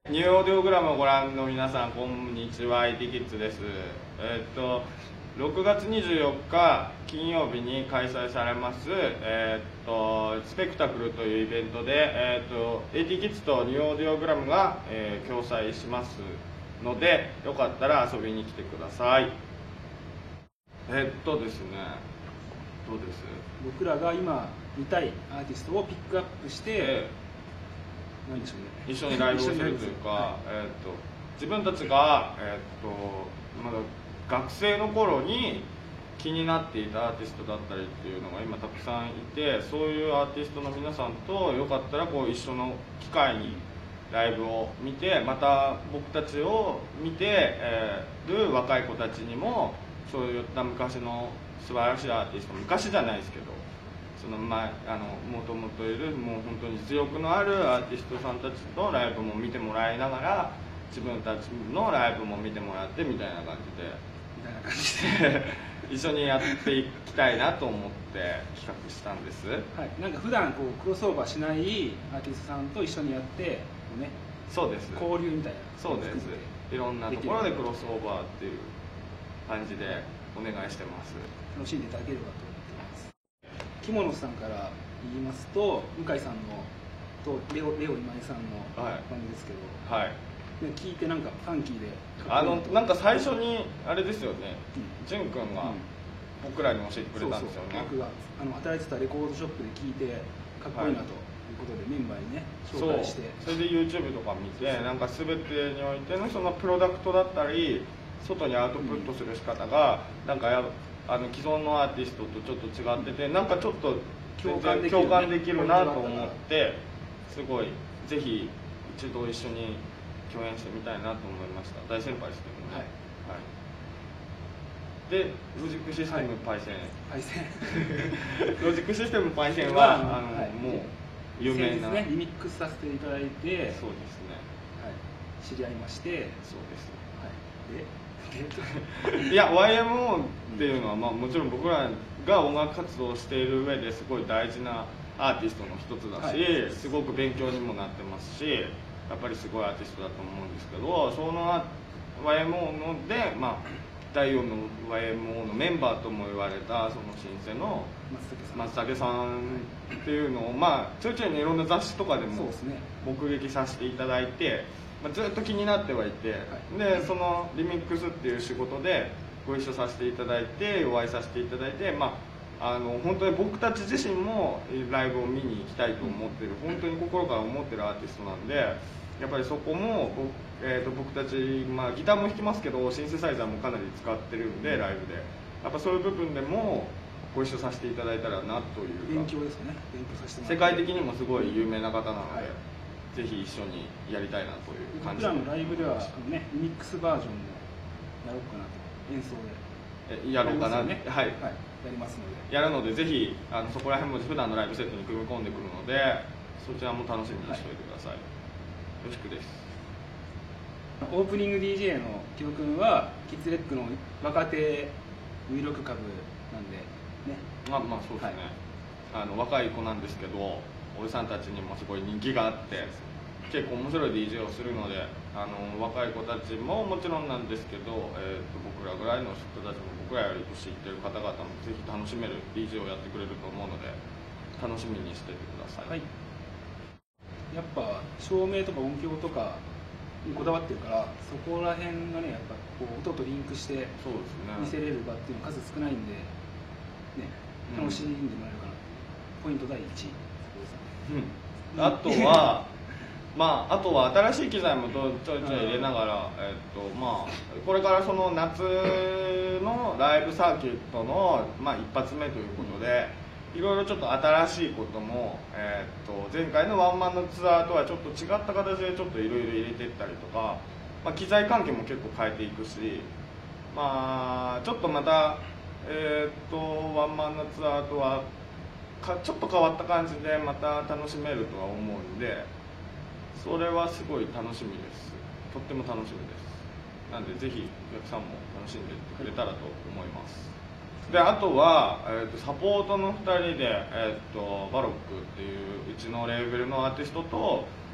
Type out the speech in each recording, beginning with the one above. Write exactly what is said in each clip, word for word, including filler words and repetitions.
ニューオーディオグラムをご覧の皆さん、こんにちは、アイティーキッズです。えーっと、ろくがつにじゅうよっか金曜日に開催されます、えーっと、スペクタクルというイベントで、えーっと、エーティーキッズとニューオーディオグラムが、えー、共催しますので、よかったら遊びに来てください。えーっとですね、どうです？ 僕らが今見たいアーティストをピックアップして、 えー、何でしょうね、 一緒にライブをするというか、はい、えーっと自分たちが、えーっとまだ学生の頃に気になっていたアーティストだったりっていうのが今たくさんいて、そういうアーティストの皆さんとよかったらこう一緒の機会にライブを見て、また僕たちを見て、えー、る若い子たちにもそういった昔の素晴らしいアーティスト、昔じゃないですけど、その前あのもともといるもう本当に実力のあるアーティストさんたちとライブも見てもらいながら、自分たちのライブも見てもらってみたいな感じでみたいな感じで一緒にやっていきたいなと思って企画したんです。はい、 なんか普段こうクロスオーバーしないアーティストさんと一緒にやってこう、ね、 そうです、 交流みたいな、 そうです、いろんなところでクロスオーバーっていう感じでお願いしてます。 楽しんでいただければと思っています。キモノさんから言いますと、向井さんのとレオレオ今井さんのバンドですけど、 はい、 ね、聞いてなんかファンキーであのなんか最初にあれですよね、潤、うん、君が僕らに教えてくれたんですよね。 そうそう、僕があの働いてたレコードショップで聞いてかっこいいなということで、はい、メンバーにね紹介して、 それで YouTube とか見て、なんか全てにおいてのそのプロダクトだったり外にアウトプットする仕方が、うん、なんかやあの既存のアーティストとちょっと違ってて、なんかちょっと共感できる、ね、共感できるなと思って、すごいぜひ一度一緒に共演してみたいなと思いました。大先輩ですけどね。はい、はい、でロジックシステムパイセン、 パイセンロジックシステムパイセンはあの、はい、もう有名な、 ね、リミックスさせていただいて、 そうですね、 はい、知り合いまして、 そうです、 はい、でいや ワイエムオー っていうのは、まあ、もちろん僕らが音楽活動をしている上ですごい大事なアーティストの一つだし、はい、すごく勉強にもなってますし、やっぱりすごいアーティストだと思うんですけど、その ワイエムオー ので、まあ、だいよんの ワイエムオー のメンバーとも言われたその新世の松竹さんっていうのを、まあ、ちょいちょい、ね、いろんな雑誌とかでも目撃させていただいて、まあ、ずっと気になってはいて、はい、でそのリミックスっていう仕事でご一緒させていただいてお会いさせていただいて、まあ、あの本当に僕たち自身もライブを見に行きたいと思ってる、本当に心から思ってるアーティストなんで、やっぱりそこも 僕,、えー、と僕たち、まあ、ギターも弾きますけどシンセサイザーもかなり使ってるんでライブでやっぱそういう部分でもご一緒させていただいたらなという勉強ですね、勉強させてもらって世界的にもすごい有名な方なので、はい、ぜひ一緒にやりたいなという感じで、 僕らのライブでは、ね、リミックスバージョンもやろうかなと、演奏でやろうかな、ね、はい、 はい、やりますので、 やるのでぜひあのそこら辺も普段のライブセットに組み込んでくるので、そちらも楽しみにしておいてください、はい、よろしくです。 オープニング ディージェー の木戸君はキッズレックの若手有力株なんでね、 まあまあそうですね、はい、あの若い子なんですけどおじさんたちにもすごい人気があって結構面白い ディージェー をするので、あの若い子たちももちろんなんですけど、えー、と僕らぐらいの人たちも僕らより年いってる方々もぜひ楽しめる ディージェー をやってくれると思うので楽しみにしててください、はい、 やっぱ照明とか音響とかにこだわってるから、そこら辺がねやっぱこう音とリンクして見せれる場っていうのは数少ないんで、ね、楽しんでもらえるかな、うん、ポイントだいいち、 うん、あとはまあ、あとは新しい機材もちょいちょい入れながら、えっとまあ、これからその夏のライブサーキットの、まあ、一発目ということでいろいろちょっと新しいことも、えっと前回のワンマンのツアーとはちょっと違った形でちょっといろいろ入れていったりとか、まあ、機材関係も結構変えていくし、まあ、ちょっとまた、えっとワンマンのツアーとはかちょっと変わった感じでまた楽しめるとは思うんで。それはすごい楽しみです。とっても楽しみです。なんでぜひお客さんも楽しんでいってくれたらと思います。であとは、えー、とサポートのふたりで、えー、とバロックっていううちのレーベルのアーティストと、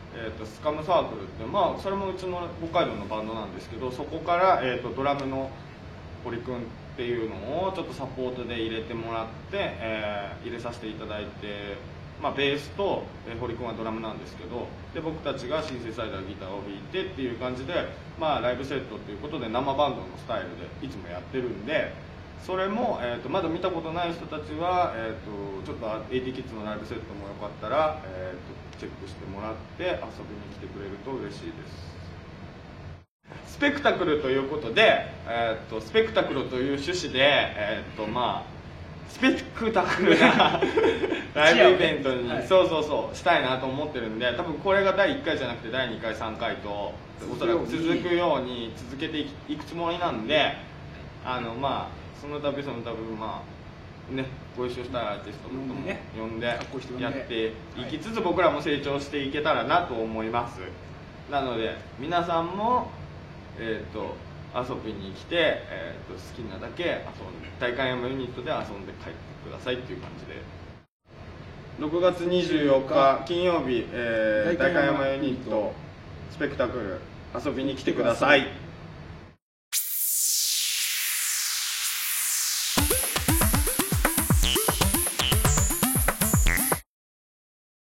えー、とスカムサークルって、まあ、それもうちの北海道のバンドなんですけど、そこから、えー、とドラムの堀君っていうのをちょっとサポートで入れてもらって、えー、入れさせていただいて、まあ、ベースと、えー、堀君はドラムなんですけど、で僕たちがシンセサイザーギターを弾いてっていう感じで、まあ、ライブセットということで生バンドのスタイルでいつもやってるんで、それも、えー、とまだ見たことない人たちは、えー、とちょっと エーティー キッズのライブセットもよかったら、えー、とチェックしてもらって遊びに来てくれると嬉しいです。スペクタクルということで、えー、とスペクタクルという趣旨で、えーとまあ、スペクタクルなライブイベントに、はい、そうそうそうしたいなと思ってるんで、多分これがだいいっかいじゃなくてだいにかいさんかいとおそらく続くように続けていくつもりなんで、あのまあその度その度まあねご一緒したいアーティストも呼んでやっていきつつ、僕らも成長していけたらなと思います。なので皆さんもえっ、ー、と遊びに来て、えー、と好きなだけ遊んで代官山ユニットで遊んで帰ってくださいっていう感じで、ろくがつにじゅうよっか金曜日、えー、代官山ユニットスペクタクル遊びに来てください。